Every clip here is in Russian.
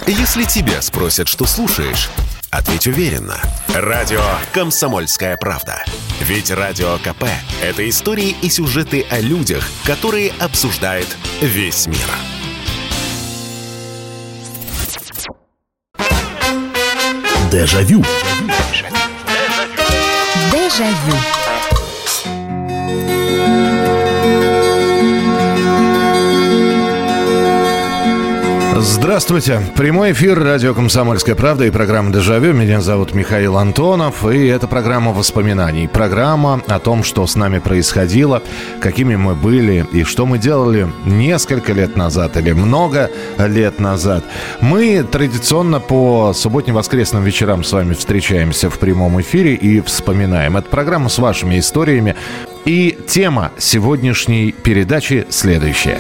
Если тебя спросят, что слушаешь, ответь уверенно. Радио «Комсомольская правда». Ведь Радио КП – это истории и сюжеты о людях, которые обсуждает весь мир. Дежавю. Дежавю. Здравствуйте. Прямой эфир радио «Комсомольская правда» и программа «Дежавю». Меня зовут Михаил Антонов, и это программа воспоминаний. Программа о том, что с нами происходило, какими мы были и что мы делали несколько лет назад или много лет назад. Мы традиционно по субботним-воскресным вечерам с вами встречаемся в прямом эфире и вспоминаем. Это программа с вашими историями. И тема сегодняшней передачи следующая.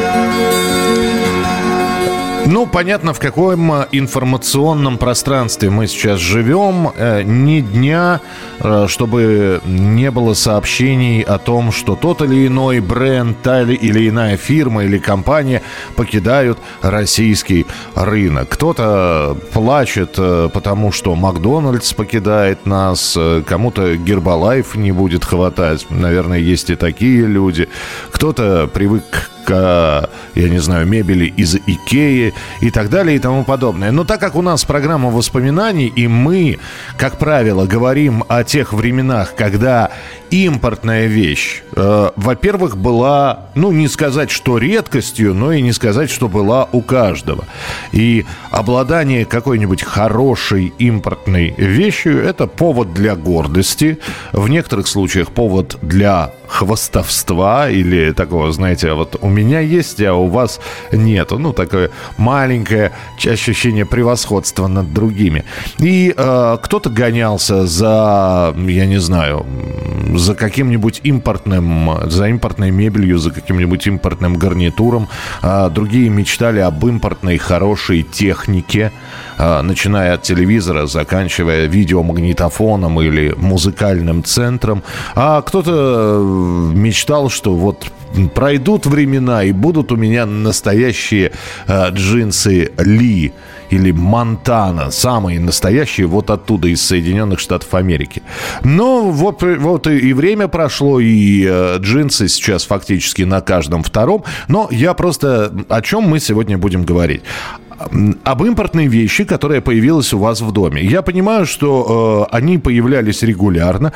Ну, понятно, в каком информационном пространстве мы сейчас живем. Ни дня, чтобы не было сообщений о том, что тот или иной бренд, та или иная фирма или компания покидают российский рынок. Кто-то плачет, потому что Макдональдс покидает нас, кому-то Гербалайф не будет хватать. Наверное, есть и такие люди. Кто-то привык к, я не знаю, мебели из Икеи и так далее и тому подобное. Но так как у нас программа воспоминаний, и мы, как правило, говорим о тех временах, когда импортная вещь, во-первых, была, ну, не сказать, что редкостью, но и не сказать, что была у каждого. И обладание какой-нибудь хорошей импортной вещью – это повод для гордости, в некоторых случаях повод для хвастовства или такого, знаете, вот у меня есть, а у вас нету. Ну, такое маленькое ощущение превосходства над другими. И кто-то гонялся за, я не знаю, за каким-нибудь импортным, за импортной мебелью, за каким-нибудь импортным гарнитуром. Другие мечтали об импортной хорошей технике, начиная от телевизора, заканчивая видеомагнитофоном или музыкальным центром. А кто-то мечтал, что вот пройдут времена и будут у меня настоящие джинсы Ли или Монтана, самые настоящие, вот оттуда, из Соединенных Штатов Америки. Но вот и время прошло, и джинсы сейчас фактически на каждом втором. Но я просто... О чем мы сегодня будем говорить? Об импортной вещи, которая появилась у вас в доме. Я понимаю, что они появлялись регулярно,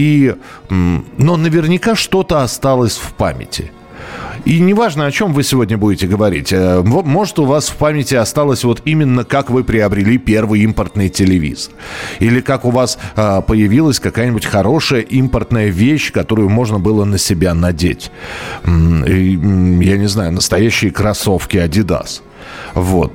но наверняка что-то осталось в памяти. И неважно, о чем вы сегодня будете говорить. Может, у вас в памяти осталось вот именно как вы приобрели первый импортный телевизор. Или как у вас появилась какая-нибудь хорошая импортная вещь, которую можно было на себя надеть. Я не знаю, настоящие кроссовки Adidas. Вот,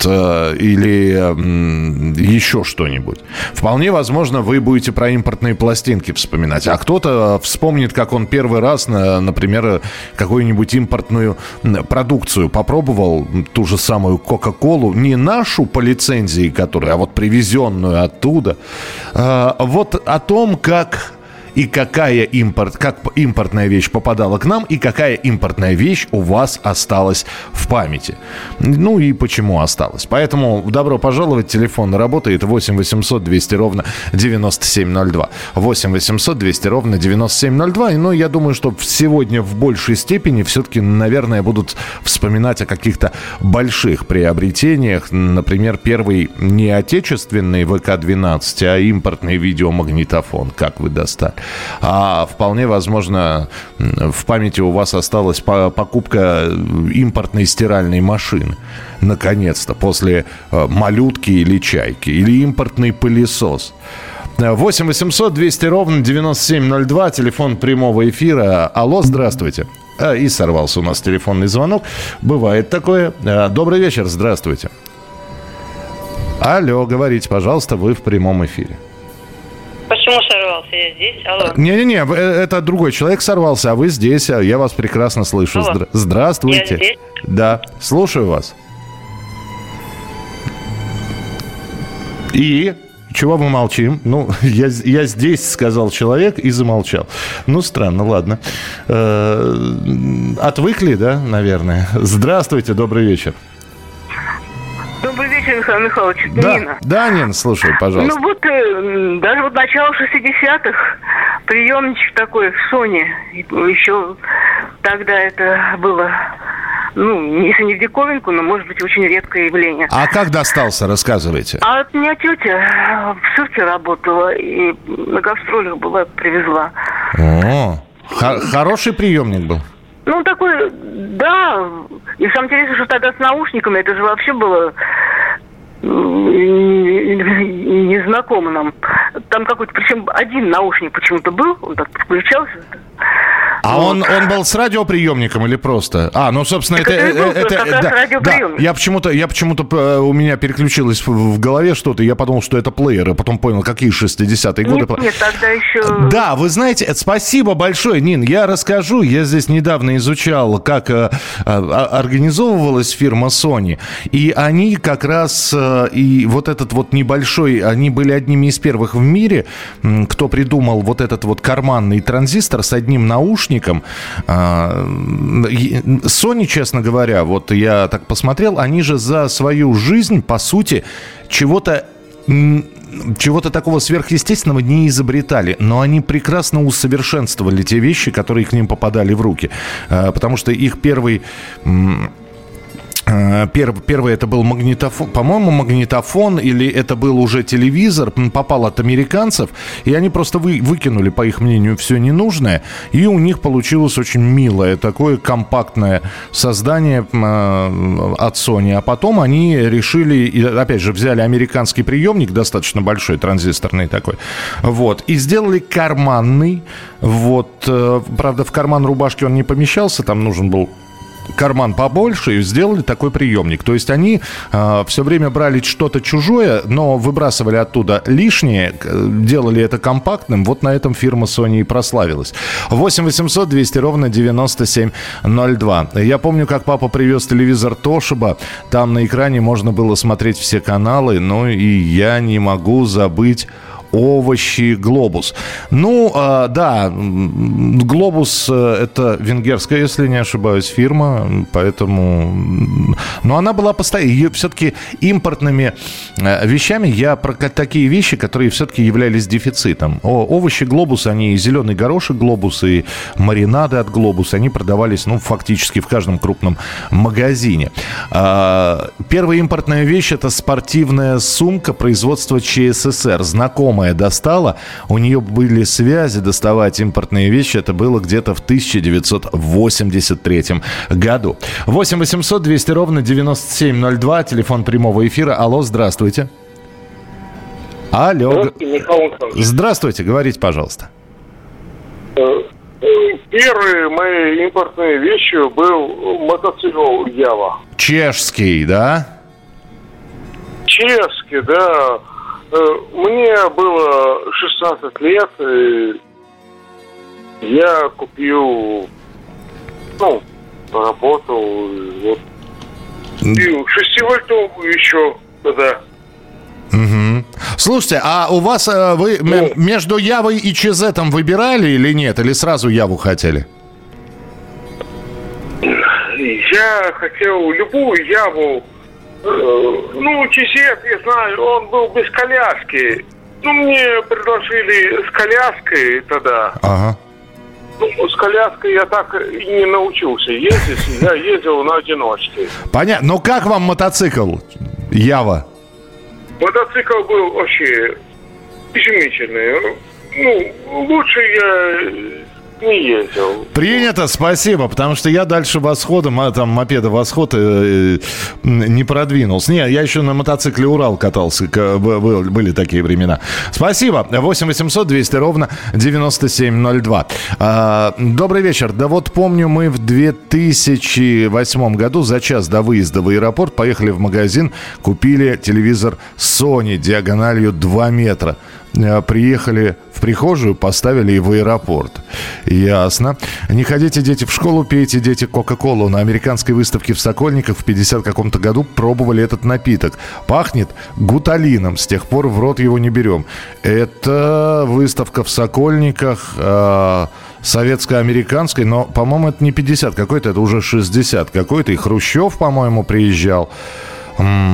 или еще что-нибудь. Вполне возможно, вы будете про импортные пластинки вспоминать. А кто-то вспомнит, как он первый раз, например, какую-нибудь импортную продукцию попробовал, ту же самую Кока-Колу, не нашу по лицензии, которую, а вот привезенную оттуда. Вот о том, как импортная вещь попадала к нам, и какая импортная вещь у вас осталась в памяти. Ну и почему осталась. Поэтому добро пожаловать. Телефон работает 8 800 200 ровно 9702. 8 800 200 ровно 9702. Но я думаю, что сегодня в большей степени все-таки, наверное, будут вспоминать о каких-то больших приобретениях. Например, первый не отечественный ВК-12, а импортный видеомагнитофон. Как вы достали? А вполне возможно, в памяти у вас осталась покупка импортной стиральной машины. Наконец-то, после малютки или чайки. Или импортный пылесос. 8 800 200 ровно 9702. Телефон прямого эфира. Алло, здравствуйте. И сорвался у нас телефонный звонок. Бывает такое. Добрый вечер, здравствуйте. Алло, говорите, пожалуйста, вы в прямом эфире. Почему сорвался? Я здесь. Алло. Не-не-не, это другой человек сорвался, а вы здесь. Я вас прекрасно слышу. Алло. Здравствуйте. Я здесь? Да, слушаю вас. И чего мы молчим? Ну, я здесь, сказал человек и замолчал. Ну, странно, ладно. Отвыкли, да, наверное? Здравствуйте, добрый вечер. Добрый вечер. вечер, Михаил Михайлович. Да, Нина. да, Нин, слушай, пожалуйста. Ну вот, даже вот начало 60-х приемничек такой в Sony. Еще тогда это было, ну, если не в диковинку, но, может быть, очень редкое явление. А как достался, рассказывайте. А от меня тетя в цирке работала и на гастролях была, привезла. О, хороший приемник был. Ну, такой, да. И самое интересное, что тогда с наушниками, это же вообще было незнакомо нам. Там какой-то, причем один наушник почему-то был, он так включался. А он был с радиоприемником или просто? Ну, собственно, так это как раз радиоприемник. Я почему-то у меня переключилось в голове что-то, я подумал, что это плееры, потом понял, какие 60-е годы. Нет, тогда еще... Да, вы знаете, спасибо большое, Нин, я расскажу, я здесь недавно изучал, как организовывалась фирма Sony, и они как раз, и вот этот вот небольшой, они были одними из первых в мире, кто придумал вот этот вот карманный транзистор с одним наушником. Sony, честно говоря, вот я так посмотрел, они же за свою жизнь, по сути, чего-то такого сверхъестественного не изобретали, но они прекрасно усовершенствовали те вещи, которые к ним попадали в руки. Потому что их первый это был магнитофон, по-моему, магнитофон, или это был уже телевизор, попал от американцев, и они просто выкинули, по их мнению, все ненужное, и у них получилось очень милое, такое компактное создание от Sony. А потом они решили, и опять же, взяли американский приемник, достаточно большой, транзисторный такой, вот, и сделали карманный, вот, правда, в карман рубашки он не помещался, там нужен был карман побольше, и сделали такой приемник. То есть они все время брали что-то чужое, но выбрасывали оттуда лишнее, делали это компактным. Вот на этом фирма Sony и прославилась. 8 800 200 ровно 9702. Я помню, как папа привез телевизор Toshiba. Там на экране можно было смотреть все каналы. Ну и я не могу забыть овощи «Глобус». Ну, да, «Глобус» — это венгерская, если не ошибаюсь, фирма, поэтому... Но она была постоянно... Ее все-таки импортными вещами я про такие вещи, которые все-таки являлись дефицитом. Овощи «Глобус», они и зеленый горошек «Глобус», и маринады от «Глобус», они продавались, ну, фактически в каждом крупном магазине. Первая импортная вещь — это спортивная сумка производства ЧССР, знакомая достала. У нее были связи доставать импортные вещи. Это было где-то в 1983 году. 8 800 200 ровно 9702. Телефон прямого эфира. Алло, здравствуйте. Алло. Здравствуйте, Михаил Михайлович. Здравствуйте, говорите, пожалуйста. Первой моей импортной вещью был мотоцикл Ява. Чешский, да? Чешский, да. Мне было 16 лет, и я купил, ну, поработал, вот, и 6-вольтовую еще тогда. Угу. Слушайте, а у вас вы между Явой и ЧЗ-том выбирали или нет? Или сразу Яву хотели? Я хотел любую Яву. Ну, ЧЗ, я знаю, он был без коляски. Ну, мне предложили с коляской тогда. Ага. Ну, с коляской я так и не научился ездить. Я ездил на одиночке. Понятно. Но как вам мотоцикл Ява? Мотоцикл был вообще изумительный. Ну, лучше я не ездил. Принято, спасибо, потому что я дальше восходом, там мопеда «Восход» не продвинулся. Не, я еще на мотоцикле «Урал» катался, были такие времена. Спасибо. 8 800 200 ровно 9702. Добрый вечер. Да вот помню, мы в 2008 году за час до выезда в аэропорт поехали в магазин, купили телевизор Sony диагональю 2 метра. Приехали в прихожую, поставили и в аэропорт. Ясно. Не ходите, дети, в школу, пейте, дети, Кока-Колу. На американской выставке в Сокольниках в 50 каком-то году пробовали этот напиток. Пахнет гуталином. С тех пор в рот его не берем. Это выставка в Сокольниках, советско-американской, но, по-моему, это не 50 какой-то, это уже 60 какой-то. И Хрущев, по-моему, приезжал.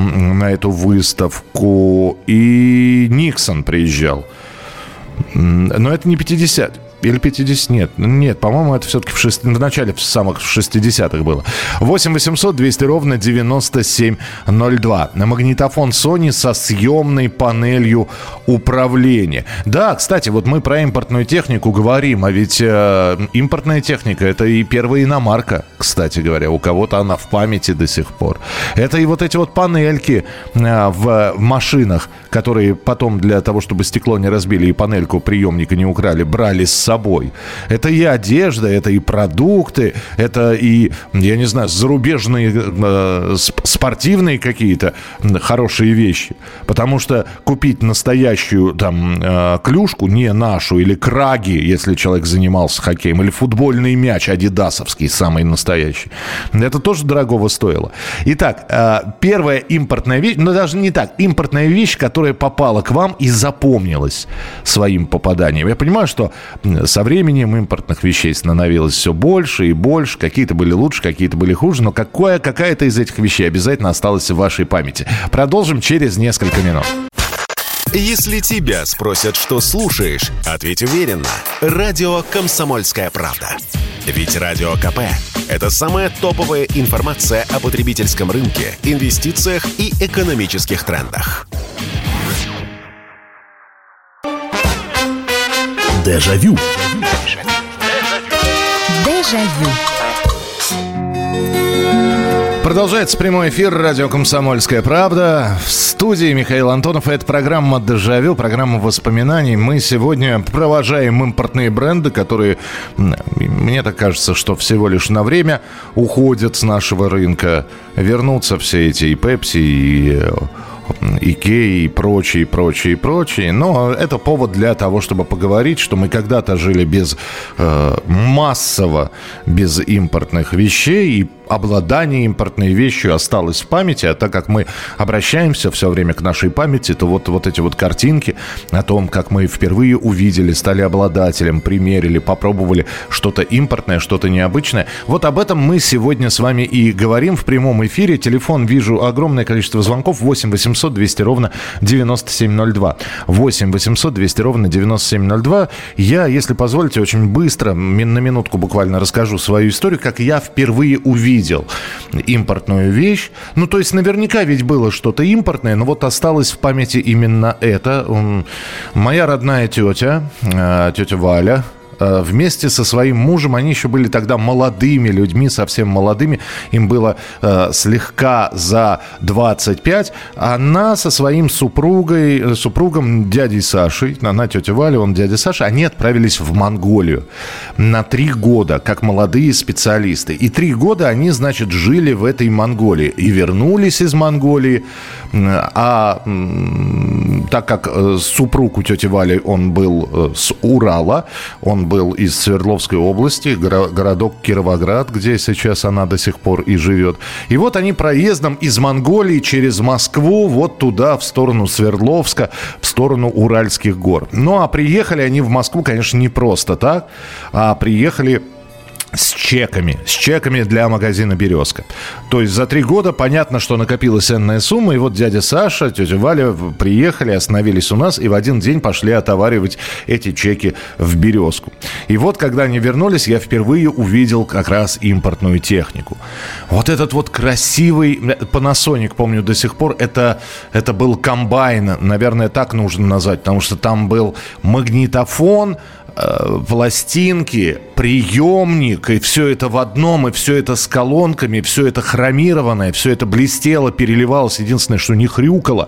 на эту выставку. И Никсон приезжал. Но это не 50. Или 50? Нет, по-моему, это все-таки в начале, в самых 60-х было. 8 800 200 ровно 9702. Магнитофон Sony со съемной панелью управления. Да, кстати, вот мы про импортную технику говорим, а ведь импортная техника — это и первая иномарка, кстати говоря. У кого-то она в памяти до сих пор. Это и вот эти вот панельки в машинах, которые потом для того, чтобы стекло не разбили и панельку приемника не украли, брали с собой. Это и одежда, это и продукты, это и, я не знаю, зарубежные спортивные какие-то хорошие вещи. Потому что купить настоящую там клюшку, не нашу, или краги, если человек занимался хоккеем, или футбольный мяч адидасовский, самый настоящий, это тоже дорогого стоило. Итак, первая импортная вещь, но даже не так, импортная вещь, которая попала к вам и запомнилась своим попаданием. Я понимаю, что со временем импортных вещей становилось все больше и больше. Какие-то были лучше, какие-то были хуже. Но какая-то из этих вещей обязательно осталась в вашей памяти. Продолжим через несколько минут. Если тебя спросят, что слушаешь, ответь уверенно. Радио «Комсомольская правда». Ведь Радио КП – это самая топовая информация о потребительском рынке, инвестициях и экономических трендах. Дежавю. Дежавю. Продолжается прямой эфир радио «Комсомольская правда». В студии Михаил Антонов. Это программа «Дежавю», программа воспоминаний. Мы сегодня провожаем импортные бренды, которые, мне так кажется, что всего лишь на время уходят с нашего рынка. Вернутся все эти и Пепси, и Икеи и прочие. Но это повод для того, чтобы поговорить, что мы когда-то жили массово без импортных вещей, и обладание импортной вещью осталось в памяти. А так как мы обращаемся все время к нашей памяти, то вот эти вот картинки о том, как мы впервые увидели, стали обладателем, примерили, попробовали что-то импортное, что-то необычное. Вот об этом мы сегодня с вами и говорим в прямом эфире. Телефон, вижу огромное количество звонков. 8 800 200 ровно 9702. 8 800 200 ровно 9702. Я, если позволите, очень быстро, на минутку буквально расскажу свою историю, как я впервые увидел импортную вещь. Ну, то есть наверняка ведь было что-то импортное, но вот осталось в памяти именно это. Моя родная тетя Валя, вместе со своим мужем, они еще были тогда молодыми людьми, совсем молодыми, им было слегка за 25, она со своим супругом, дядей Сашей, она тетя Валя, он дядя Саша, они отправились в Монголию на 3 года, как молодые специалисты. И 3 года они, значит, жили в этой Монголии и вернулись из Монголии. А так как супруг у тети Вали, он был с Урала, он был из Свердловской области, городок Кировоград, где сейчас она до сих пор и живет. И вот они проездом из Монголии через Москву вот туда, в сторону Свердловска, в сторону Уральских гор. Ну, а приехали они в Москву, конечно, не просто так, а приехали с чеками для магазина «Березка». То есть за 3 года понятно, что накопилась энная сумма, и вот дядя Саша, тетя Валя приехали, остановились у нас и в один день пошли отоваривать эти чеки в «Березку». И вот, когда они вернулись, я впервые увидел как раз импортную технику. Вот этот вот красивый Panasonic, помню до сих пор, это был комбайн, наверное, так нужно назвать, потому что там был магнитофон, пластинки, приемник, и все это в одном, и все это с колонками, все это хромированное, все это блестело, переливалось, единственное, что не хрюкало.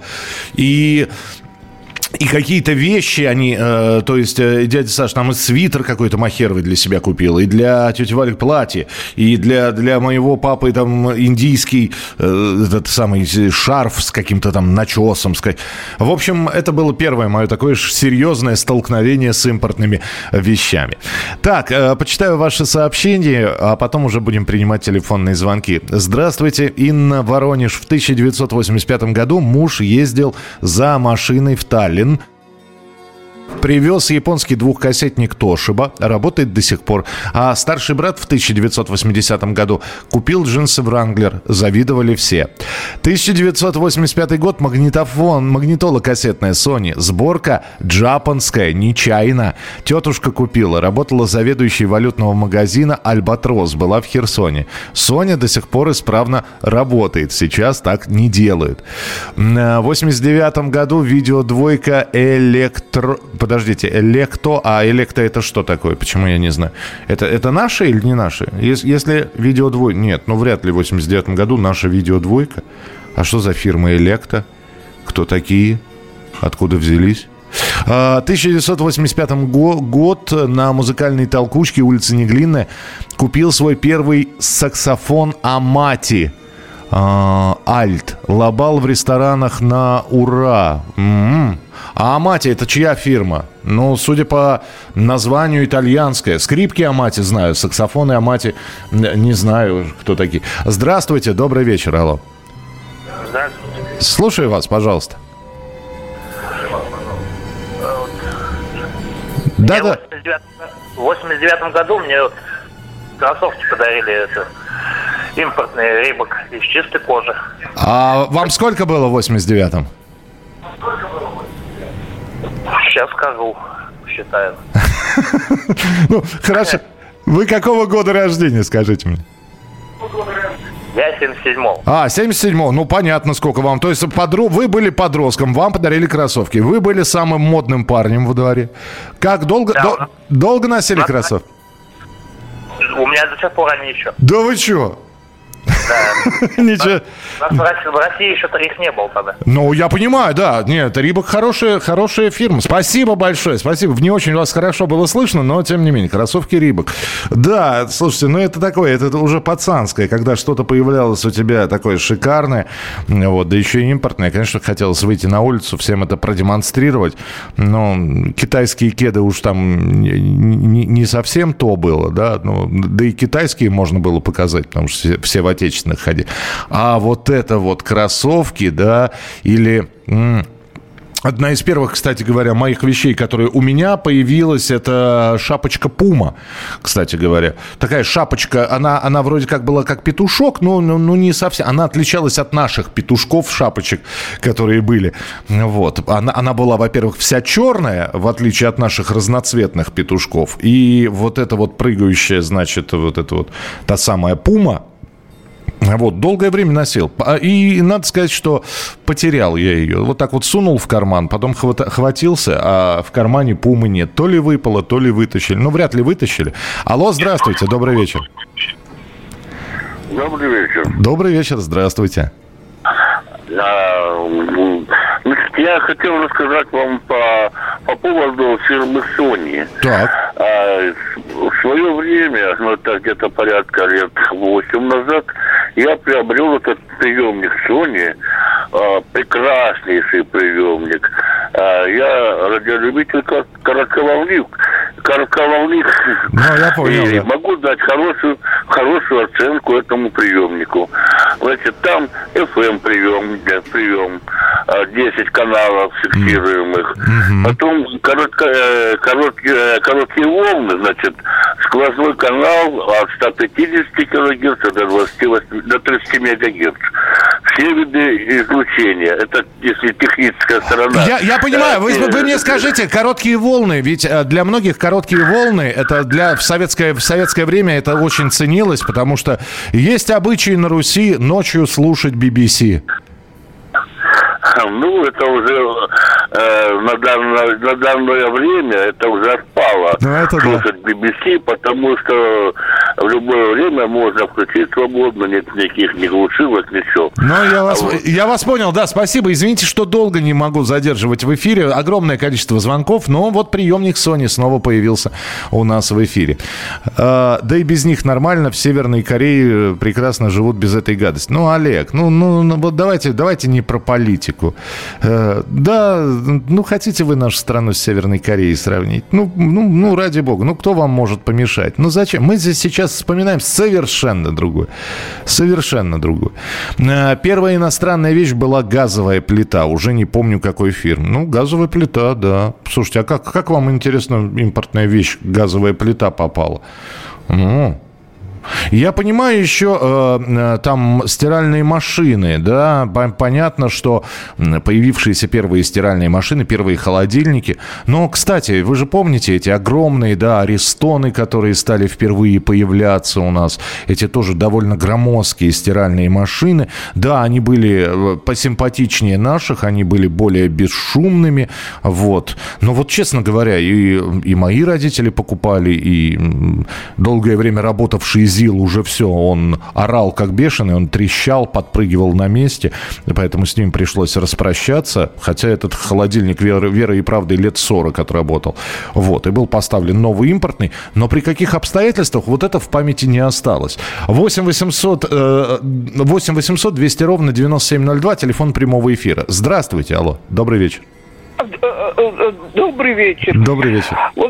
И какие-то вещи они, то есть дядя Саш там и свитер какой-то махеровый для себя купил, и для тети Вали платье, и для моего папы там индийский этот самый шарф с каким-то там начесом. В общем, это было первое мое такое серьезное столкновение с импортными вещами. Так, почитаю ваши сообщения, а потом уже будем принимать телефонные звонки. Здравствуйте, Инна, Воронеж. В 1985 году муж ездил за машиной в Таллин. Привез японский двухкассетник Toshiba, работает до сих пор. А старший брат в 1980 году купил джинсы Wrangler, завидовали все. 1985 год, магнитола кассетная Sony, сборка джапанская, нечаянно. Тетушка купила, работала заведующей валютного магазина «Альбатрос», была в Херсоне. Sony до сих пор исправно работает, сейчас так не делают. В 89 году видеодвойка Электо, а Электо это что такое? Почему я не знаю? Это наши или не наши? Если видеодвойка... Нет, вряд ли в 89 году наша видеодвойка. А что за фирма Электо? Кто такие? Откуда взялись? 1985 год на музыкальной толкучке улицы Неглинная купил свой первый саксофон Амати. Альт. Лобал в ресторанах на ура. А Амати это чья фирма? Судя по названию, итальянская. Скрипки Амати знаю, саксофоны Амати не знаю, кто такие. Здравствуйте, добрый вечер, алло. Здравствуйте. Слушаю вас, пожалуйста. Да. В 89 году мне кроссовки подарили, импортный Рибок из чистой кожи. А вам сколько было в 89-м? Сейчас скажу, считаю. Хорошо. Вы какого года рождения, скажите мне? Я 77-го. 77-го. Понятно, сколько вам. То есть вы были подростком, вам подарили кроссовки. Вы были самым модным парнем во дворе. Как долго, да, долго носили кроссовки? У меня до сих пор они еще. Да вы чё? Да. Ничего. В России еще их не было тогда. Я понимаю, да. Нет, Рибок хорошая фирма. Спасибо большое, спасибо. Не очень вас хорошо было слышно, но тем не менее, кроссовки Рибок. Да, слушайте, это такое, это уже пацанское, когда что-то появлялось у тебя такое шикарное, да еще и импортное. Конечно, хотелось выйти на улицу, всем это продемонстрировать, но китайские кеды уж там не совсем то было, да, да и китайские можно было показать, потому что все в отечественных ходили. А вот это вот кроссовки, да, или... Одна из первых, кстати говоря, моих вещей, которые у меня появилась, это шапочка Puma, кстати говоря. Такая шапочка, она вроде как была как петушок, но не совсем. Она отличалась от наших петушков шапочек, которые были. Вот. Она была, во-первых, вся черная, в отличие от наших разноцветных петушков. И вот эта вот прыгающая, значит, вот эта вот та самая Puma, долгое время носил. И надо сказать, что потерял я ее. Вот так вот сунул в карман, потом хватился, а в кармане Пумы нет. То ли выпало, то ли вытащили. Вряд ли вытащили. Алло, здравствуйте, добрый вечер. Добрый вечер. Добрый вечер, здравствуйте. Я хотел рассказать вам по поводу фирмы Sony. Так. В свое время, это где-то порядка лет 8 назад, я приобрел этот приемник Sony, прекраснейший приемник. Я радиолюбитель коротковолных. Я понял, и да. могу дать хорошую оценку этому приемнику. Значит, там FM прием, 10 каналов фиксируемых. Потом короткие волны, значит, сквозной канал от 150 кГц до 30 МГц. Все виды излучения. Это если техническая сторона. Я понимаю. Вы мне скажите, короткие волны, ведь для многих короткие волны, это в советское время это очень ценилось, потому что есть обычаи на Руси ночью слушать BBC. Это уже на данное время это уже отпало. Слушать BBC, потому что в любое время можно включить свободно, нет никаких ни глушилок, ничего. Я вас понял, да, спасибо. Извините, что долго не могу задерживать в эфире. Огромное количество звонков, но вот приемник Sony снова появился у нас в эфире. Да и без них нормально. В Северной Корее прекрасно живут без этой гадости. Олег, вот давайте не про политику. Да, хотите вы нашу страну с Северной Кореей сравнить? Ради бога, кто вам может помешать? Зачем? Мы здесь сейчас сейчас вспоминаем совершенно другое. Совершенно другое. Первая иностранная вещь была газовая плита. Уже не помню, какой фирмы. Ну, газовая плита, да. Слушайте, а как вам, интересно, импортная вещь, газовая плита попала? Ну... Я понимаю еще там стиральные машины, да, понятно, что появившиеся первые стиральные машины, первые холодильники. Но, кстати, вы же помните эти огромные, да, Аристоны, которые стали впервые появляться у нас, эти тоже довольно громоздкие стиральные машины. Да, они были посимпатичнее наших, они были более бесшумными, вот. Но вот, честно говоря, и мои родители покупали, и долгое время работавшие ЗИЛ уже все, он орал как бешеный, он трещал, подпрыгивал на месте, поэтому с ним пришлось распрощаться, хотя этот холодильник верой и правдой лет 40 отработал. Вот, и был поставлен новый импортный, но при каких обстоятельствах, вот это в памяти не осталось. 8 800 200 ровно 9702, телефон прямого эфира. Здравствуйте, алло, добрый вечер. Добрый вечер. Добрый вечер. Вот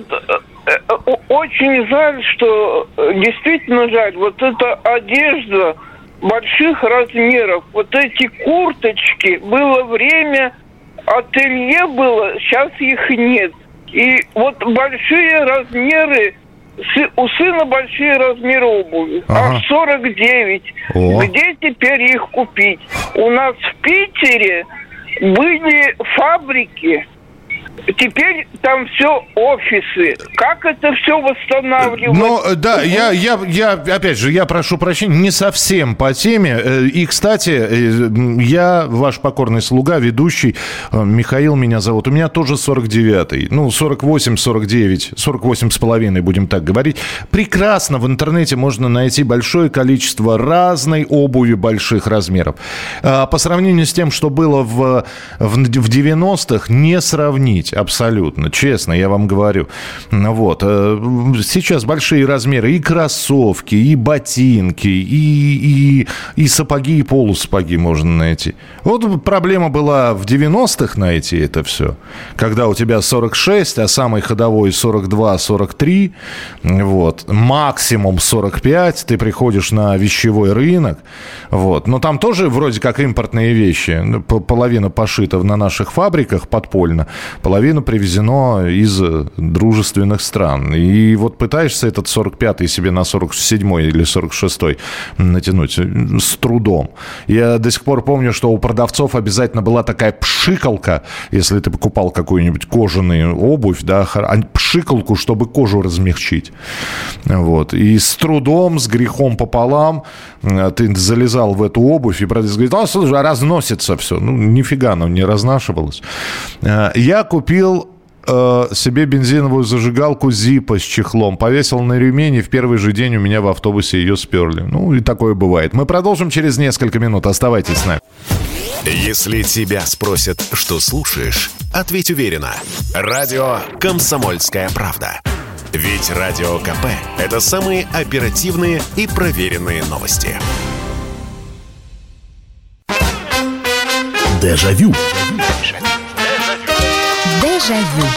очень жаль, что действительно жаль, вот эта одежда больших размеров, вот эти курточки, было время, ателье было, сейчас их нет. И вот большие размеры, у сына большие размеры обуви, аж 49. О. Где теперь их купить? У нас в Питере были фабрики, теперь там все офисы. Как это все восстанавливать? Ну, да, я опять же, я прошу прощения, не совсем по теме. И, кстати, я ваш покорный слуга, ведущий, Михаил меня зовут. У меня тоже 49-й. Ну, 48, 49, 48 с половиной, будем так говорить. Прекрасно в интернете можно найти большое количество разной обуви больших размеров. По сравнению с тем, что было в 90-х, не сравнить. Абсолютно, честно, я вам говорю. Вот. Сейчас большие размеры и кроссовки, и ботинки, и сапоги, и полусапоги можно найти. Вот проблема была в 90-х найти это все. Когда у тебя 46, а самый ходовой 42-43, вот, максимум 45, ты приходишь на вещевой рынок, вот. Но там тоже вроде как импортные вещи. Половина пошита на наших фабриках подпольно, половина привезено из дружественных стран. И вот пытаешься этот 45-й себе на 47-й или 46-й натянуть с трудом. Я до сих пор помню, что у продавцов обязательно была такая пшикалка, если ты покупал какую-нибудь кожаную обувь, да, пшикалку, чтобы кожу размягчить. Вот. И с трудом, с грехом пополам ты залезал в эту обувь, и продавец говорит: слушай, разносится все. Ну, нифига оно не разнашивалось. Я купил себе бензиновую зажигалку Zippo с чехлом, повесил на ремень, и в первый же день у меня в автобусе ее сперли. Ну, и такое бывает. Мы продолжим через несколько минут. Оставайтесь с нами. Если тебя спросят, что слушаешь, ответь уверенно. Радио «Комсомольская правда». Ведь Радио КП – это самые оперативные и проверенные новости. Дежавю. Дежавю.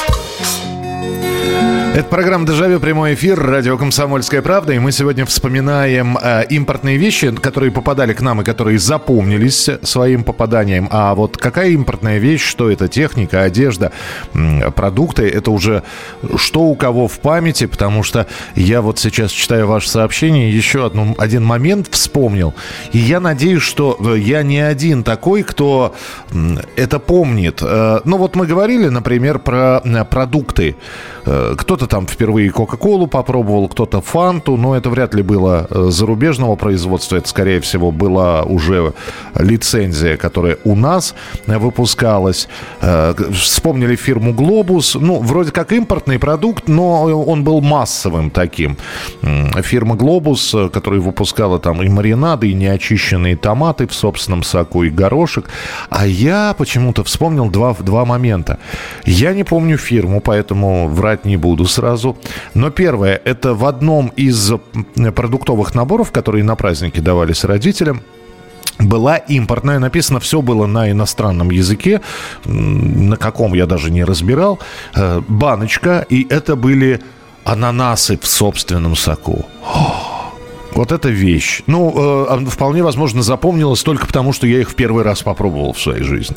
Это программа «Дежавю», прямой эфир, радио «Комсомольская правда». И мы сегодня вспоминаем импортные вещи, которые попадали к нам и которые запомнились своим попаданием. А вот какая импортная вещь, что это техника, одежда, продукты, это уже что у кого в памяти. Потому что я вот сейчас читаю ваше сообщение, еще один момент вспомнил. И я надеюсь, что я не один такой, кто это помнит. Ну вот мы говорили, например, про продукты. Кто-то там впервые Кока-Колу попробовал, кто-то Фанту, но это вряд ли было зарубежного производства, это, скорее всего, была уже лицензия, которая у нас выпускалась. Вспомнили фирму «Глобус», ну, вроде как импортный продукт, но он был массовым таким. Фирма «Глобус», которая выпускала там и маринады, и неочищенные томаты в собственном соку, и горошек. А я почему-то вспомнил два момента. Я не помню фирму, поэтому врать не буду сразу. Но первое, это в одном из продуктовых наборов, которые на праздники давались родителям, была импортная, написано, все было на иностранном языке, на каком я даже не разбирал, баночка, и это были ананасы в собственном соку. Вот это вещь. Вполне возможно, запомнилось только потому, что я их в первый раз попробовал в своей жизни.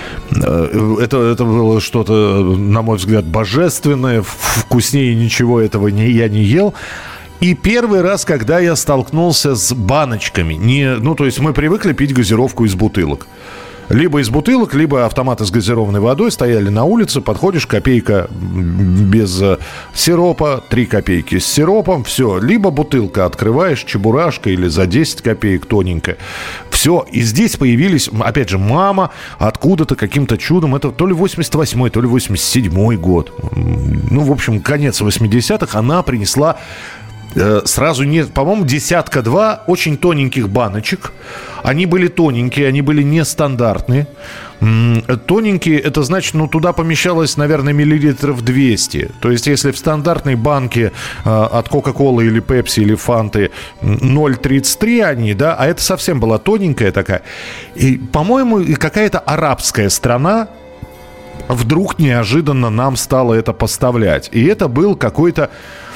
Это было что-то, на мой взгляд, божественное. Вкуснее ничего этого я не ел. И первый раз, когда я столкнулся с баночками. То есть мы привыкли пить газировку из бутылок. Либо из бутылок, либо автоматы с газированной водой стояли на улице, подходишь, копейка без сиропа, 3 копейки с сиропом, все. Либо бутылка открываешь, чебурашка или за 10 копеек тоненькая. Все. И здесь появились, опять же, мама откуда-то каким-то чудом, это то ли 88-й, то ли 87-й год. В общем, конец 80-х, она принесла... Сразу нет, по-моему, 1-2 очень тоненьких баночек. Они были тоненькие, они были нестандартные. Тоненькие, это значит, туда помещалось, наверное, миллилитров 200. То есть, если в стандартной банке от Кока-Колы или Пепси или Фанты 0,33 они, да, а это совсем была тоненькая такая. И, по-моему, какая-то арабская страна вдруг неожиданно нам стала это поставлять. И это был какой-то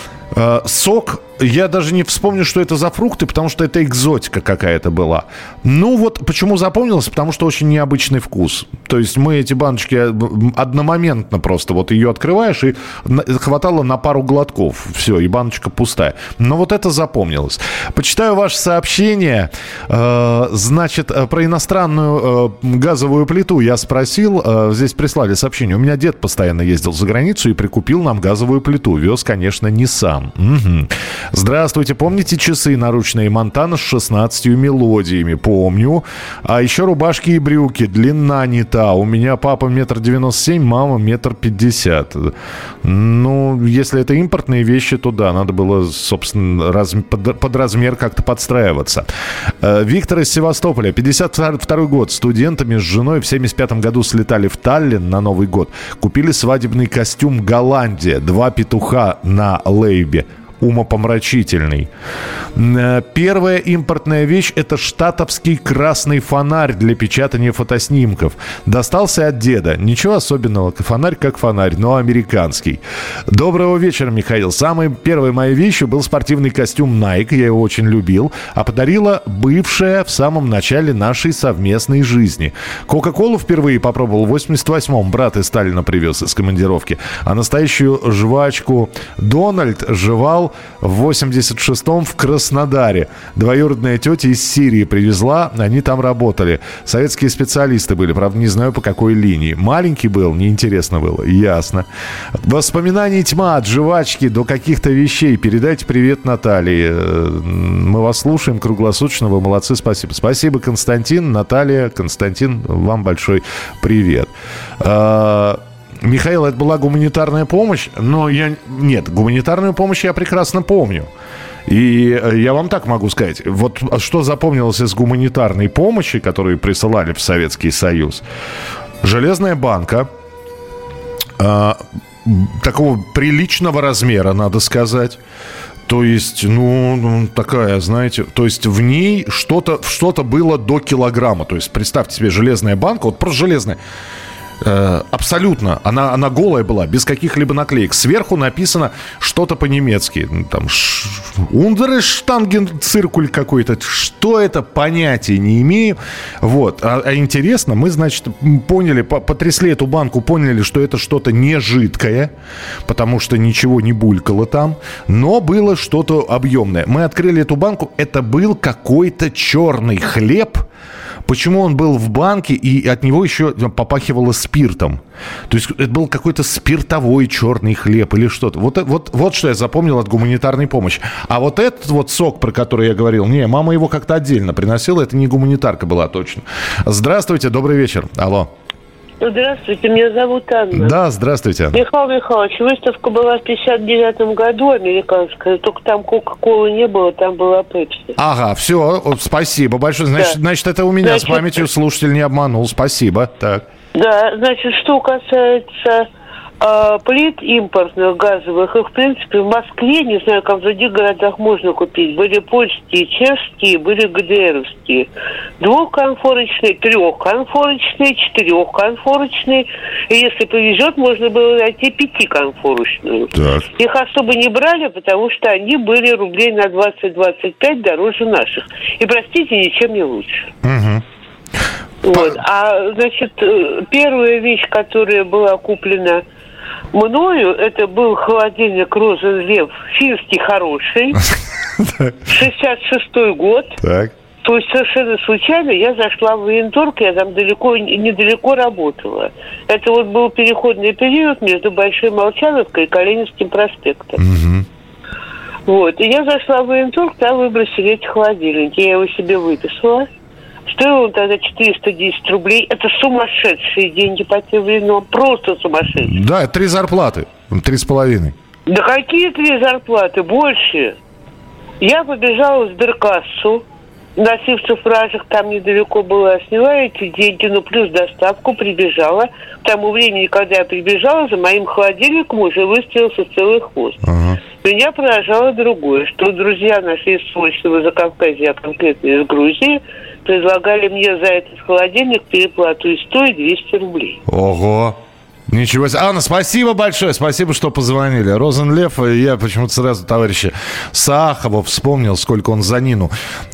сок, я даже не вспомню, что это за фрукты, потому что это экзотика какая-то была. Почему запомнилось? Потому что очень необычный вкус. То есть мы эти баночки одномоментно просто ее открываешь, и хватало на пару глотков. Все, и баночка пустая. Но вот это запомнилось. Почитаю ваше сообщение. Значит, про иностранную газовую плиту я спросил. Здесь прислали сообщение. У меня дед постоянно ездил за границу и прикупил нам газовую плиту. Вез, конечно, не сам. Угу. Здравствуйте, помните часы наручные Монтана с 16 мелодиями? Помню. А еще рубашки и брюки, длина не та. У меня папа 1,97 м, мама 1,50 м. Если это импортные вещи, то да, надо было, собственно, под размер как-то подстраиваться. Виктор из Севастополя, 52-й год. Студентами с женой в 75-м году слетали в Таллин на Новый год. Купили свадебный костюм «Голландия». 2 петуха на лейбе. Умопомрачительный. Первая импортная вещь – это штатовский красный фонарь для печатания фотоснимков. Достался от деда. Ничего особенного. Фонарь как фонарь, но американский. Доброго вечера, Михаил. Самой первой моей вещью был спортивный костюм Nike. Я его очень любил. А подарила бывшая в самом начале нашей совместной жизни. Кока-колу впервые попробовал в 88-м. Брат из Сталина привез из командировки. А настоящую жвачку Дональд жевал в 86-м в Краснодаре. Двоюродная тетя из Сирии привезла, они там работали. Советские специалисты были, правда, не знаю по какой линии. Маленький был, неинтересно было, ясно. Воспоминаний тьма, от жвачки до каких-то вещей. Передайте привет Наталье. Мы вас слушаем круглосуточно, вы молодцы, спасибо. Спасибо, Константин, Наталья, Константин, вам большой привет. Михаил, это была гуманитарная помощь, но Нет, гуманитарную помощь я прекрасно помню. И я вам так могу сказать. Вот что запомнилось из гуманитарной помощи, которую присылали в Советский Союз. Железная банка такого приличного размера, надо сказать. То есть, такая, знаете, то есть в ней что-то было до килограмма. То есть представьте себе железная банка, вот просто железная. Абсолютно. Она голая была, без каких-либо наклеек. Сверху написано что-то по-немецки. Там Ундерштангенциркуль какой-то. Что это? Понятия не имею. Вот. А интересно, мы, значит, поняли, потрясли эту банку, поняли, что это что-то не жидкое, потому что ничего не булькало там, но было что-то объемное. Мы открыли эту банку, это был какой-то черный хлеб. Почему он был в банке, и от него еще попахивало спиртом? То есть это был какой-то спиртовой черный хлеб или что-то. Вот что я запомнил от гуманитарной помощи. А вот этот вот сок, про который я говорил, мама его как-то отдельно приносила, это не гуманитарка была точно. Здравствуйте, добрый вечер. Алло. Здравствуйте, меня зовут Анна. Да, здравствуйте. Михаил Михайлович, выставка была в 59-м году, американская, только там Кока-Колы не было, там была Пепси. Ага, все, спасибо большое. Значит, это у меня с памятью слушатель не обманул. Спасибо. Так. Да, значит, что касается плит импортных газовых, их, в принципе, в Москве, не знаю, как в других городах можно купить. Были польские, чешские, были ГДРовские. 2-конфорочные, 3-конфорочные, 4-конфорочные. И если повезет, можно было найти 5-конфорочную. Так. Их особо не брали, потому что они были рублей на 20-25 дороже наших. И, простите, ничем не лучше. Вот. А, значит, первая вещь, которая была куплена мною, это был холодильник «Розенлев», финский, хороший, 66-й год. Так. То есть совершенно случайно я зашла в военторг, я там недалеко работала. Это вот был переходный период между Большой Молчановкой и Калининским проспектом. Вот. И я зашла в военторг, там выбросили эти холодильники. Я его себе выписала. Стоил он тогда 410 рублей. Это сумасшедшие деньги по тем временам. Просто сумасшедшие. Да, 3 зарплаты. 3,5. Да какие 3 зарплаты? Больше. Я побежала в сберкассу. На Сивцев-Ражах, там недалеко была. Сняла эти деньги, ну, плюс доставку, прибежала. К тому времени, когда я прибежала, за моим холодильником уже выстроился целый хвост. Меня поражало другое, что друзья наши из Сочного Закавказья, а конкретно из Грузии, предлагали мне за этот холодильник переплату и 100, и 200 рублей. Ого! Ничего себе. Анна, спасибо большое. Спасибо, что позвонили. Розенлев, я почему-то сразу товарища Сахова вспомнил, сколько он за Нину,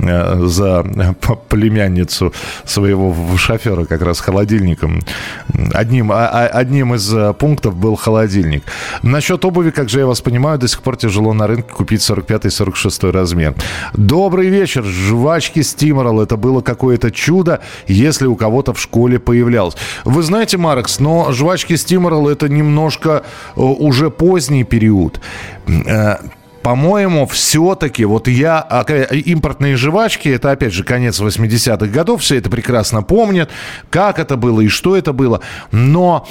за племянницу своего шофера как раз холодильником. Одним из пунктов был холодильник. Насчет обуви, как же я вас понимаю, до сих пор тяжело на рынке купить 45-46 размер. Добрый вечер. Жвачки Стиморал. Это было какое-то чудо, если у кого-то в школе появлялось. Вы знаете, Маркс, но жвачки Стиморал — это немножко уже поздний период. По-моему, все-таки вот импортные жвачки, это опять же конец 80-х годов, все это прекрасно помнят, как это было и что это было. Но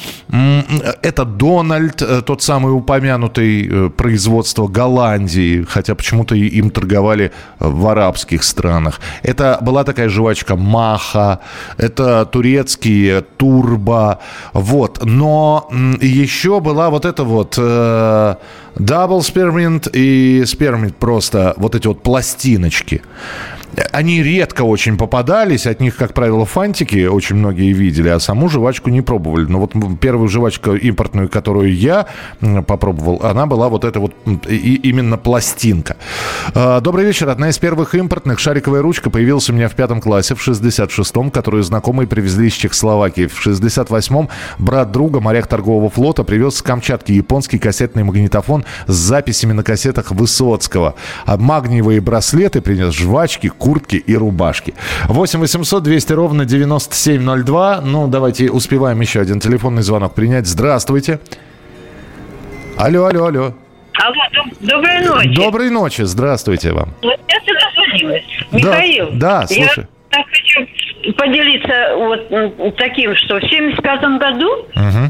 это Дональд, тот самый упомянутый, производство Голландии, хотя почему-то им торговали в арабских странах. Это была такая жвачка Маха, это турецкие Турбо, вот. Но еще была вот эта вот Double Spearmint и Spearmint, просто вот эти вот пластиночки. Они редко очень попадались, от них, как правило, фантики очень многие видели, а саму жвачку не пробовали. Но вот первую жвачку импортную, которую я попробовал, она была вот эта вот именно пластинка. Добрый вечер. Одна из первых импортных, шариковая ручка, появилась у меня в 5 классе, в 66-м, которую знакомые привезли из Чехословакии. В 68-м брат друга, моряк торгового флота, привез с Камчатки японский кассетный магнитофон с записями на кассетах Высоцкого. А магниевые браслеты принес, жвачки, куртки и рубашки. 8 800 200 ровно 9702. Ну, давайте успеваем еще один телефонный звонок принять. Здравствуйте. Алло. Алло, доброй ночи. Доброй ночи, здравствуйте вам. Вот я сюда звонилась. Михаил. Да, слушай. Я так хочу поделиться вот таким, что в 75-м году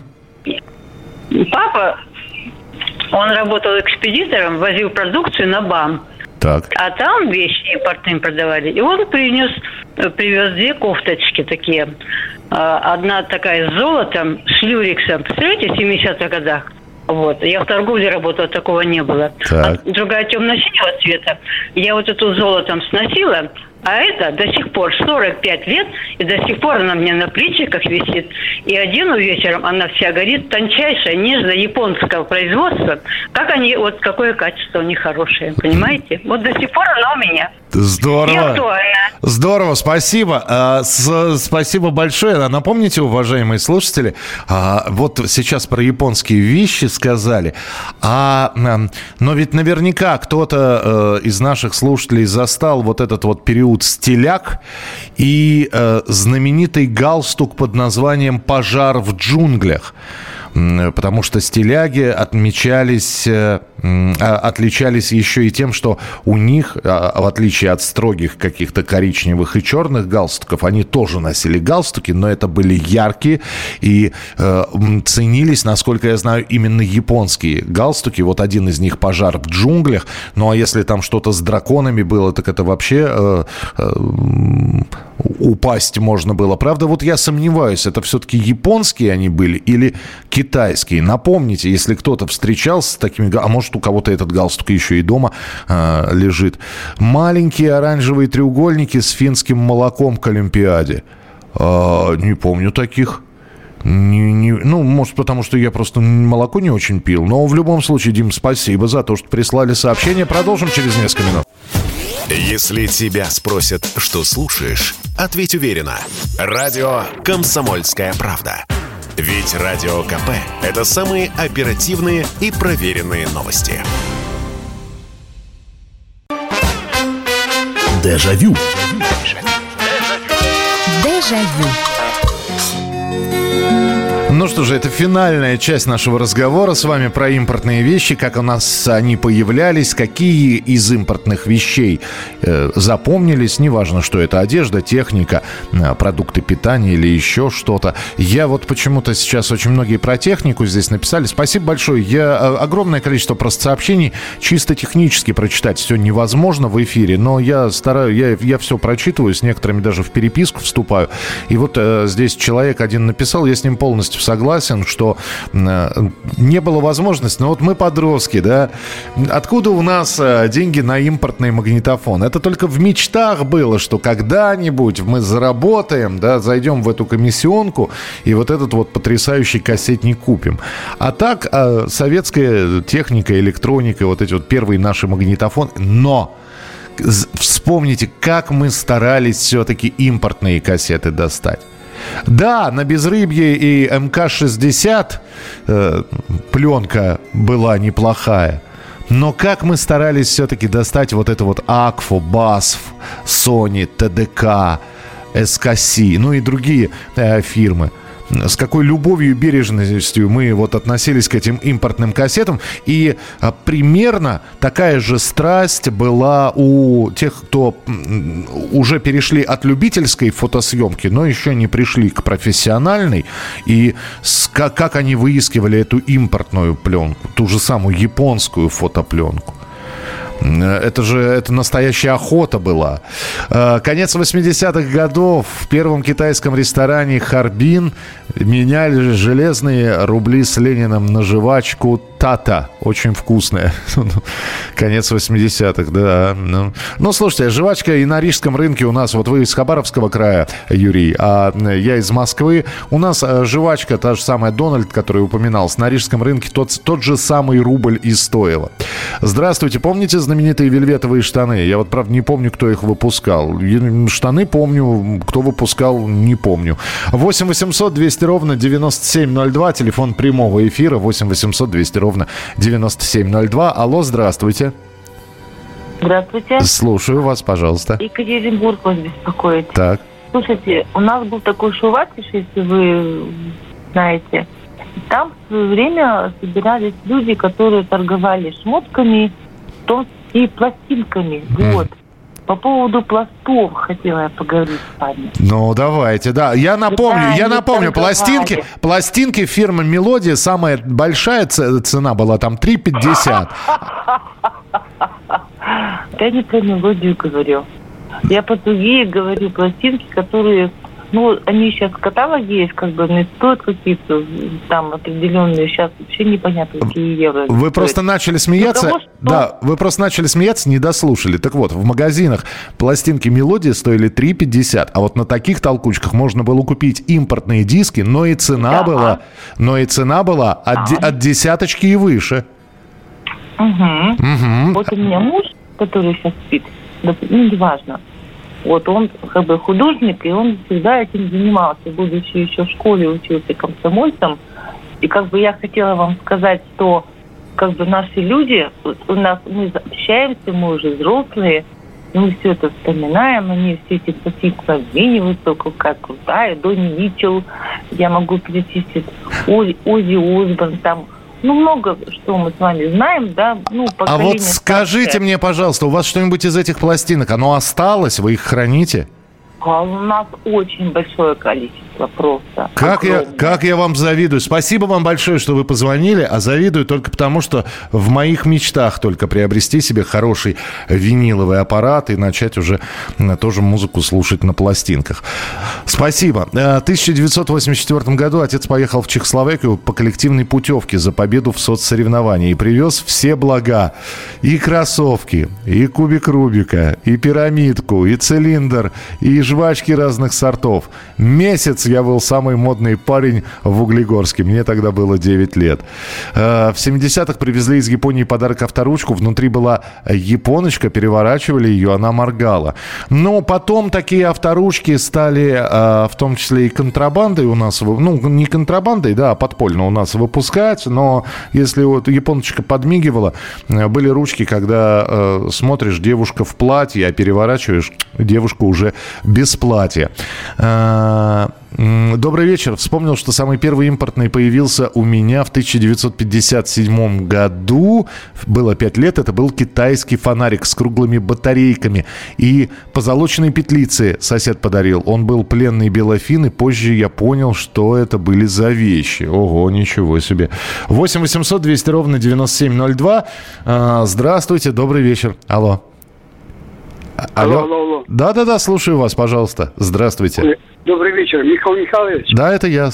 папа, он работал экспедитором, возил продукцию на БАМ. Так. А там вещи импортные продавали. И он привез 2 кофточки такие. Одна такая с золотом, с люрексом. Представляете, в 70-х годах? Вот. Я в торговле работала, такого не было. А другая темно-синего цвета. Я вот эту золотом сносила, а это до сих пор 45 лет, и до сих пор она у меня на плечиках висит. И одену вечером, она вся горит, тончайшая, нежная, японского производства. Как они, вот какое качество у них хорошее, понимаете? Вот до сих пор она у меня. Здорово. Здорово, спасибо. Спасибо большое. Напомните, уважаемые слушатели, вот сейчас про японские вещи сказали, но ведь наверняка кто-то из наших слушателей застал вот этот вот период стиляк и знаменитый галстук под названием «Пожар в джунглях». Потому что стиляги отличались еще и тем, что у них, в отличие от строгих каких-то коричневых и черных галстуков, они тоже носили галстуки, но это были яркие и ценились, насколько я знаю, именно японские галстуки. Вот один из них «Пожар в джунглях». Ну а если там что-то с драконами было, так это вообще упасть можно было. Правда, вот я сомневаюсь, это все-таки японские они были или китайские. Напомните, если кто-то встречался с такими... А может, у кого-то этот галстук еще и дома лежит. Маленькие оранжевые треугольники с финским молоком к Олимпиаде. Не помню таких. Ну, может, потому что я просто молоко не очень пил. Но в любом случае, Дим, спасибо за то, что прислали сообщение. Продолжим через несколько минут. Если тебя спросят, что слушаешь, ответь уверенно. Радио «Комсомольская правда». Ведь Радио КП – это самые оперативные и проверенные новости. Дежавю. Дежавю. Ну что же, это финальная часть нашего разговора с вами про импортные вещи, как у нас они появлялись, какие из импортных вещей запомнились, неважно, что это одежда, техника, продукты питания или еще что-то. Я вот почему-то сейчас очень многие про технику здесь написали. Спасибо большое. Огромное количество просто сообщений чисто технически прочитать все невозможно в эфире, но я стараюсь, я все прочитываю, с некоторыми даже в переписку вступаю. И вот здесь человек один написал, я с ним полностью согласен, что не было возможности, но вот мы подростки, да, откуда у нас деньги на импортный магнитофон? Это только в мечтах было, что когда-нибудь мы заработаем, да, зайдем в эту комиссионку и вот этот вот потрясающий кассетник купим. А так советская техника, электроника, вот эти вот первые наши магнитофоны, но вспомните, как мы старались все-таки импортные кассеты достать. Да, на Безрыбье и МК-60 пленка была неплохая. Но как мы старались все-таки достать вот это вот Акфу, Басф, Sony, ТДК, СКС, ну и другие фирмы. С какой любовью и бережностью мы вот относились к этим импортным кассетам. И примерно такая же страсть была у тех, кто уже перешли от любительской фотосъемки, но еще не пришли к профессиональной. И как они выискивали эту импортную пленку, ту же самую японскую фотопленку. Это настоящая охота была. Конец 80-х годов. В первом китайском ресторане «Харбин» меняли железные рубли с Лениным на жвачку «Тата». Очень вкусная. Конец 80-х, да. Ну, слушайте, жвачка и на рижском рынке у нас, вот вы из Хабаровского края, Юрий, а я из Москвы. У нас жвачка, та же самая «Дональд», который упоминался, на рижском рынке тот же самый рубль и стоила. Здравствуйте, помните знаменитые вельветовые штаны? Я вот, правда, не помню, кто их выпускал. Штаны помню, кто выпускал, не помню. 8 800 200 ровно 9702, телефон прямого эфира 8 800 200 ровно 9702. Алло, здравствуйте. Здравствуйте. Слушаю вас, пожалуйста. Екатеринбург вас беспокоит. Так. Слушайте, у нас был такой шуватиш, если вы знаете. Там в свое время собирались люди, которые торговали шмотками, в том числе и пластинками. Вот. По поводу пластов хотела я поговорить с вами. Ну, давайте, да. Я напомню, пластинки фирмы «Мелодия», самая большая цена была там 3,50. Я не про «Мелодию» говорю. Я про другие говорю пластинки, которые... Ну, они сейчас в каталоге есть, как бы, они стоят какие-то там определенные, сейчас вообще непонятно, какие евро. Вы просто начали смеяться, да, вы просто начали смеяться, не дослушали. Так вот, в магазинах пластинки «Мелодия» стоили 3,50, а вот на таких толкучках можно было купить импортные диски, но и цена была от десяточки и выше. Угу. Вот у меня муж, который сейчас спит, ну, неважно. Вот он как бы художник, и он всегда этим занимался, будучи еще в школе, учился комсомольцем. И как бы я хотела вам сказать, что как бы наши люди, у нас мы общаемся, мы уже взрослые, и мы все это вспоминаем, они все эти пластинки обмениваются, какая крутая, Донни Митчелл, я могу перечислить, Оззи Осборн, там, ну, много что мы с вами знаем, да, ну, поколение... А вот скажите мне, пожалуйста, у вас что-нибудь из этих пластинок, оно осталось, вы их храните? А у нас очень большое количество. пространство просто. Как я вам завидую. Спасибо вам большое, что вы позвонили, а завидую только потому, что в моих мечтах только приобрести себе хороший виниловый аппарат и начать уже тоже музыку слушать на пластинках. Спасибо. В 1984 году отец поехал в Чехословакию по коллективной путевке за победу в соцсоревновании и привез все блага. И кроссовки, и кубик Рубика, и пирамидку, и цилиндр, и жвачки разных сортов. Месяц я был самый модный парень в Углегорске. Мне тогда было 9 лет. В 70-х привезли из Японии подарок авторучку. Внутри была японочка, переворачивали ее, она моргала. Но потом такие авторучки стали в том числе и контрабандой у нас, ну, не контрабандой, да, а подпольно у нас выпускать. Но если вот японочка подмигивала, были ручки, когда смотришь, девушка в платье, а переворачиваешь, девушка уже без платья. Добрый вечер. Вспомнил, что самый первый импортный появился у меня в 1957 году. Было 5 лет. Это был китайский фонарик с круглыми батарейками. И позолоченные петлицы сосед подарил. Он был пленный белофин, и позже я понял, что это были за вещи. Ого, ничего себе. 8 800 200 ровно 9702. Здравствуйте, добрый вечер. Алло. Алло. Да, слушаю вас, пожалуйста. Здравствуйте. Добрый вечер, Михаил Михайлович. Да, это я.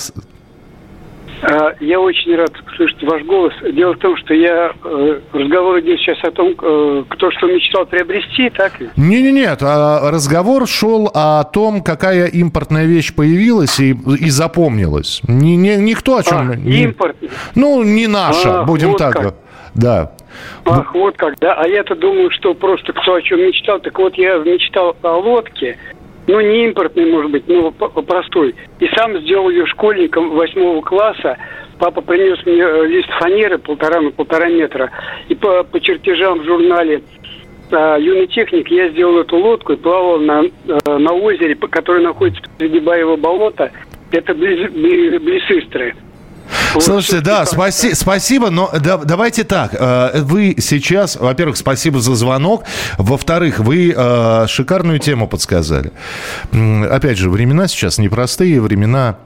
Я очень рад слышать ваш голос. Дело в том, что разговор идет сейчас о том, кто что мечтал приобрести, так? Нет, разговор шел о том, какая импортная вещь появилась и запомнилась. Никто о чем... Импорт? Не наша, будем вот так говорить. Да. Ах, вот как, да. А я-то думаю, что просто кто о чем мечтал. Так вот, я мечтал о лодке. Не импортный, может быть, простой. И сам сделал ее школьником 8 класса. Папа принес мне лист фанеры 1,5 на 1,5 метра. И по чертежам в журнале «Юный техник» я сделал эту лодку и плавал на озере, которое находится среди Баева болота. Это близ Истры. Слушайте, да, спасибо, но давайте так. Вы сейчас, во-первых, спасибо за звонок. Во-вторых, вы шикарную тему подсказали. Опять же, времена сейчас непростые, времена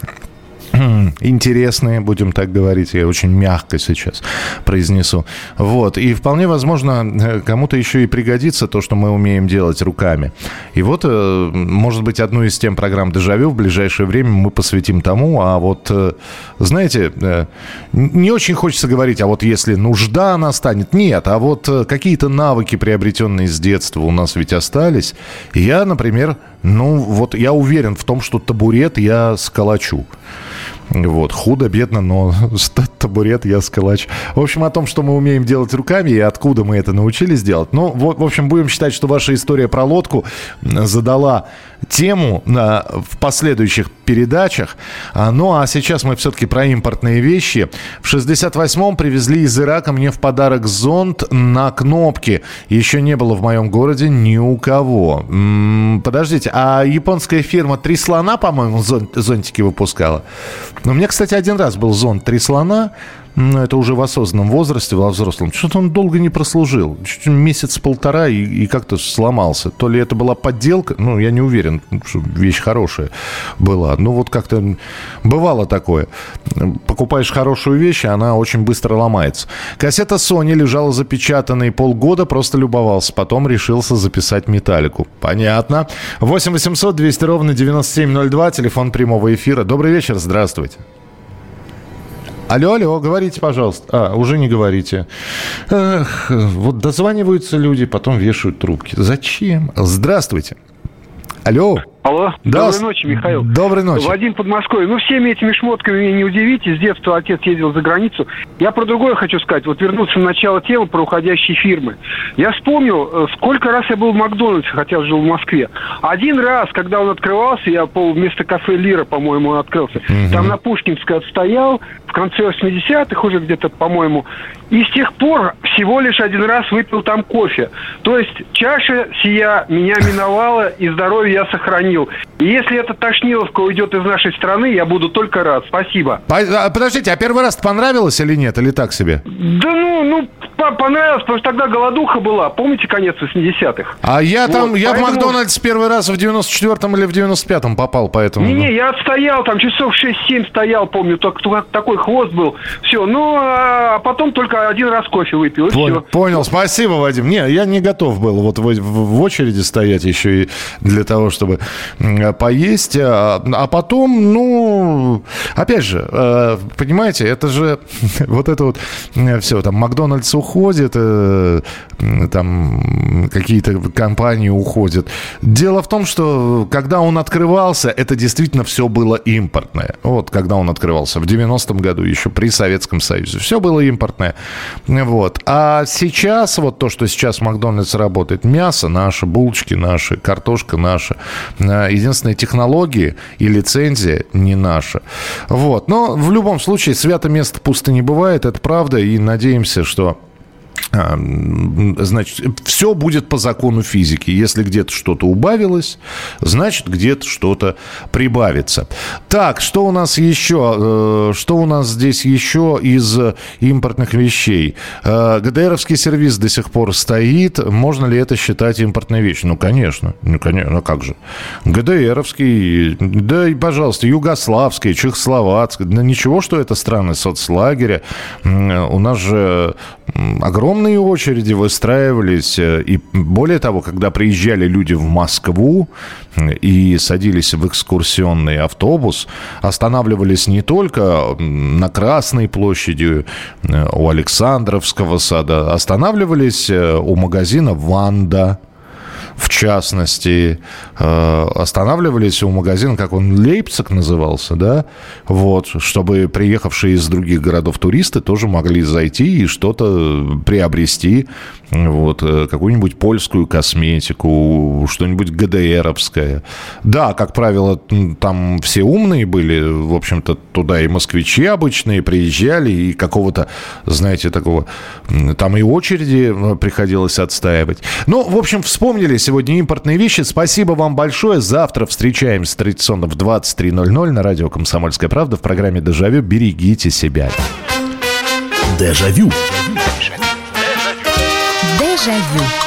интересные, будем так говорить. Я очень мягко сейчас произнесу. Вот. И вполне возможно, кому-то еще и пригодится то, что мы умеем делать руками. И вот, может быть, одну из тем программ «Дежавю» в ближайшее время мы посвятим тому. А вот, знаете, не очень хочется говорить, а вот если нужда настанет. Нет, а вот какие-то навыки, приобретенные с детства, у нас ведь остались. И я, например, я уверен в том, что табурет я сколочу. Вот, худо-бедно, но табурет я сколочу. В общем, о том, что мы умеем делать руками и откуда мы это научились делать. В общем, будем считать, что ваша история про лодку задала тему в последующих передачах. А сейчас мы все-таки про импортные вещи. В 68-м привезли из Ирака мне в подарок зонт на кнопке. Еще не было в моем городе ни у кого. Подождите, а японская фирма «Три слона», по-моему, зонтики выпускала? У меня, кстати, один раз был зонт «Три слона». Это уже в осознанном возрасте, во взрослом. Что-то он долго не прослужил. Месяц-полтора и как-то сломался. То ли это была подделка, я не уверен, что вещь хорошая была. Вот как-то бывало такое. Покупаешь хорошую вещь, и она очень быстро ломается. Кассета Sony лежала запечатанной полгода, просто любовался. Потом решился записать металлику. Понятно. 8 800 200 ровно 9702, телефон прямого эфира. Добрый вечер, здравствуйте. Алло, говорите, пожалуйста. Уже не говорите. Вот дозваниваются люди, потом вешают трубки. Зачем? Здравствуйте. Алло. Алло. Да. Доброй ночи, Михаил. Доброй ночи. Вадим, Подмосковье. Всеми этими шмотками меня не удивите. С детства отец ездил за границу. Я про другое хочу сказать. Вот вернуться на начало темы про уходящие фирмы. Я вспомнил, сколько раз я был в Макдональдсе, хотя жил в Москве. Один раз, когда он открывался, я вместо кафе «Лира», по-моему, он открылся. Там на Пушкинской отстоял. В конце 80-х уже где-то, по-моему. И с тех пор всего лишь один раз выпил там кофе. То есть чаша сия меня миновала, и здоровье я сохранил. И если эта тошниловка уйдет из нашей страны, я буду только рад. Спасибо. Подождите, а первый раз понравилось или нет? Или так себе? Да понравилось, потому что тогда голодуха была. Помните, конец 80-х? А я в Макдональдс первый раз в 94-м или в 95-м попал, поэтому... Не, я отстоял, там часов 6-7 стоял, помню, только такой хвост был. Все, а потом только один раз кофе выпил, и все. Понял, спасибо, Вадим. Не, я не готов был вот в очереди стоять еще и для того, чтобы поесть. А потом, опять же, понимаете, это же вот это вот все, там Макдональдс уходит, там какие-то компании уходят. Дело в том, что когда он открывался, это действительно все было импортное. Вот когда он открывался в 90-м году еще при Советском Союзе, все было импортное. Вот. А сейчас, вот то, что сейчас в Макдональдс работает, мясо наше, булочки наши, картошка наша. Единственные технологии и лицензия не наша. Вот. Но в любом случае свято место пусто не бывает, это правда, и надеемся, что значит, все будет по закону физики. Если где-то что-то убавилось, значит, где-то что-то прибавится. Так, что у нас еще? Что у нас здесь еще из импортных вещей? ГДРовский сервис до сих пор стоит. Можно ли это считать импортной вещью? Ну, конечно. Ну, как же? ГДРовский, да и, пожалуйста, югославский, чехословацкий. Да ничего, что это страны соцлагеря. У нас же огромные очереди выстраивались. И более того, когда приезжали люди в Москву и садились в экскурсионный автобус, останавливались не только на Красной площади, у Александровского сада, останавливались у магазина «Ванда». В частности, останавливались у магазина, как он, Лейпциг назывался, да, вот, чтобы приехавшие из других городов туристы тоже могли зайти и что-то приобрести, вот, какую-нибудь польскую косметику, что-нибудь ГДРовское. Да, как правило, там все умные были, в общем-то, туда и москвичи обычные приезжали, и какого-то, знаете, такого, там и очереди приходилось отстаивать. Ну, в общем, вспомнили сегодня импортные вещи. Спасибо вам большое. Завтра встречаемся традиционно в 23:00 на радио «Комсомольская правда» в программе «Дежавю». Берегите себя. Дежавю. Дежавю.